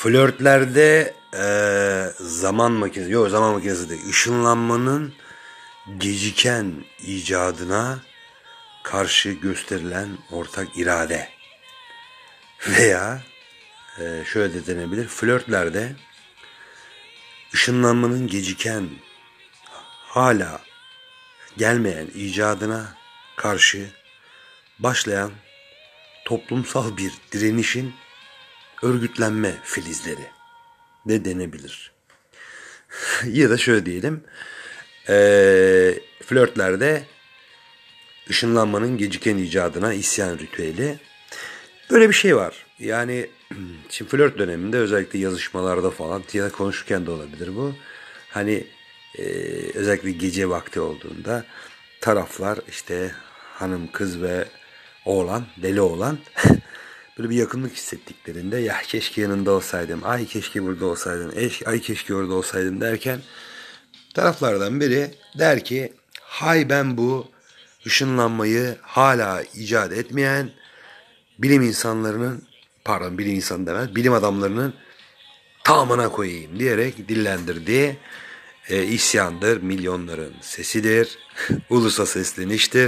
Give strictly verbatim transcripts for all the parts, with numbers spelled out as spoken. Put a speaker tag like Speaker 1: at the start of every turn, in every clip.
Speaker 1: Flörtlerde eee, zaman makinesi, yok zaman makinesi değil, ışınlanmanın geciken icadına karşı gösterilen ortak irade veya eee, şöyle de denebilir, flörtlerde ışınlanmanın geciken hala gelmeyen icadına karşı başlayan toplumsal bir direnişin örgütlenme filizleri de denebilir. Ya da şöyle diyelim, ee, flörtlerde ışınlanmanın geciken icadına isyan ritüeli. Böyle bir şey var. Yani şimdi flört döneminde özellikle yazışmalarda falan ya da konuşurken de olabilir bu. Hani e, özellikle gece vakti olduğunda taraflar işte hanım, kız ve oğlan, deli oğlan böyle bir yakınlık hissettiklerinde ya keşke yanında olsaydım, ay keşke burada olsaydım, eş, ay keşke orada olsaydım derken taraflardan biri der ki hay ben bu ışınlanmayı hala icat etmeyen bilim insanlarının, pardon bilim insanı demez, bilim adamlarının tamamına koyayım diyerek dillendirdiği e, isyandır, milyonların sesidir, ulusa sesleniştir,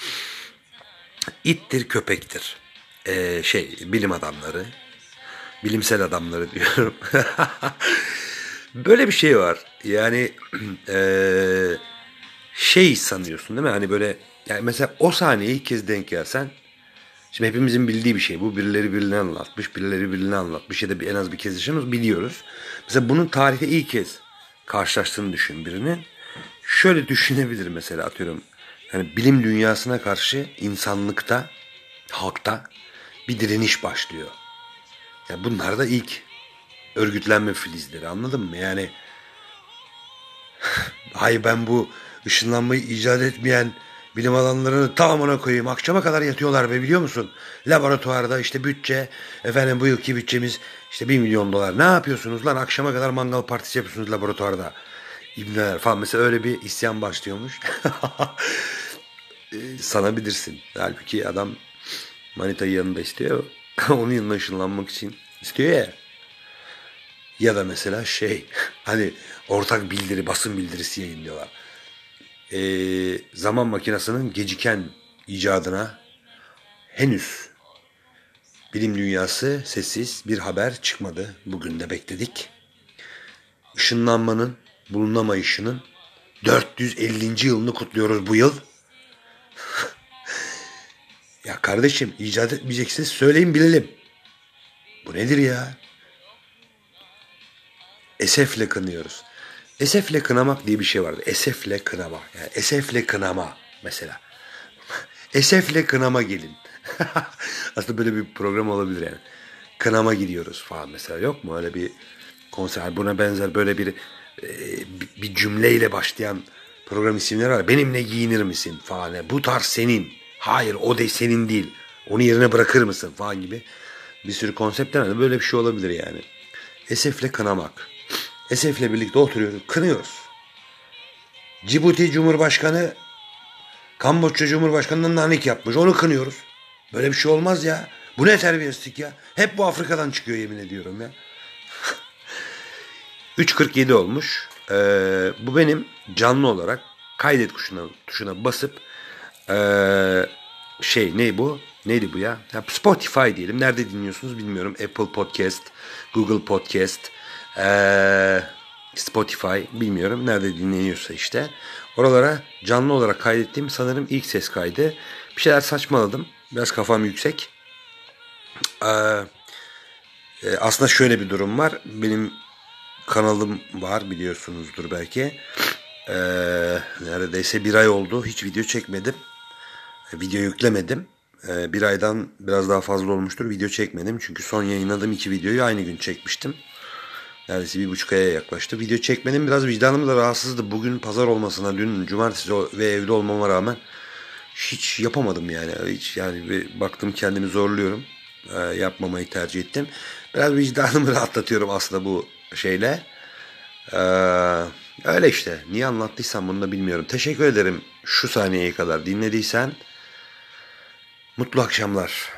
Speaker 1: ittir, köpektir. E, şey, bilim adamları, bilimsel adamları diyorum. Böyle bir şey var. Yani e, şey sanıyorsun değil mi? Hani böyle, yani mesela o sahneye ilk kez denk gelsen, şimdi hepimizin bildiği bir şey. Bu birileri birine anlatmış, birileri birine anlatmış ya da bir, en az bir kez yaşamış, biliyoruz. Mesela bunun tarihte ilk kez karşılaştığını düşün birinin. Şöyle düşünebilir mesela, atıyorum. Yani bilim dünyasına karşı insanlıkta, halkta bir direniş başlıyor. Yani bunlar da ilk örgütlenme filizleri, anladın mı? Yani hay ben bu ışınlanmayı icat etmeyen bilim adamlarını tamamına koyayım. Akşama kadar yatıyorlar be, biliyor musun? Laboratuvarda işte bütçe, efendim bu yılki bütçemiz işte bir milyon dolar. Ne yapıyorsunuz lan? Akşama kadar mangal partisi yapıyorsunuz laboratuvarda. İbneler falan, mesela öyle bir isyan başlıyormuş. Sanabilirsin. Halbuki adam manitayı yanında istiyor. Onun yanına ışınlanmak için istiyor ya. Ya da mesela şey, hani ortak bildiri, basın bildirisi yayınlıyorlar. Ee, zaman makinesinin geciken icadına henüz bilim dünyası sessiz, bir haber çıkmadı. Bugün de bekledik. Işınlanmanın bulunamayışının dört yüz ellinci yılını kutluyoruz bu yıl. Ya kardeşim, icat etmeyeceksiniz, söyleyin bilelim. Bu nedir ya? Esefle kınıyoruz. Esefle kınamak diye bir şey vardı. Esefle kınama. Yani esefle kınama mesela. Esefle kınama gelin. Aslında böyle bir program olabilir yani. Kınama gidiyoruz falan mesela, yok mu öyle bir konser? Buna benzer böyle bir e, bir cümleyle başlayan program isimleri var. Benimle giyinir misin falan. Bu tarz senin. Hayır o de senin değil. Onu yerine bırakır mısın falan gibi bir sürü konseptler var. Böyle bir şey olabilir yani. Esefle kınamak. Esef'le birlikte oturuyoruz, kınıyoruz. Cibuti Cumhurbaşkanı Kamboçya Cumhurbaşkanı'ndan nanik yapmış, onu kınıyoruz. Böyle bir şey olmaz ya. Bu ne terbiyesizlik ya. Hep bu Afrika'dan çıkıyor, yemin ediyorum ya. üç kırk yedi olmuş. Ee, bu benim canlı olarak kaydet tuşuna, tuşuna basıp ee, şey ne bu? Neydi bu ya? ya? Spotify diyelim. Nerede dinliyorsunuz bilmiyorum. Apple Podcast, Google Podcast, ee, Spotify, bilmiyorum. Nerede dinleniyorsa işte. Oralara canlı olarak kaydettiğim sanırım ilk ses kaydı. Bir şeyler saçmaladım. Biraz kafam yüksek. Ee, e, aslında şöyle bir durum var. Benim kanalım var, biliyorsunuzdur belki. Ee, neredeyse bir ay oldu. Hiç video çekmedim. Video yüklemedim. Ee, bir aydan biraz daha fazla olmuştur. Video çekmedim. Çünkü son yayınladığım iki videoyu aynı gün çekmiştim. Neredeyse bir buçuk aya yaklaştı. Video çekmedim. Biraz vicdanım da rahatsızdı. Bugün pazar olmasına, dün cumartesi ve evde olmama rağmen hiç yapamadım yani. Hiç yani bir baktım kendimi zorluyorum. Ee, yapmamayı tercih ettim. Biraz vicdanımı rahatlatıyorum aslında bu şeyle. Ee, öyle işte. Niye anlattıysam bunu da bilmiyorum. Teşekkür ederim şu saniyeye kadar dinlediysen. Mutlu akşamlar.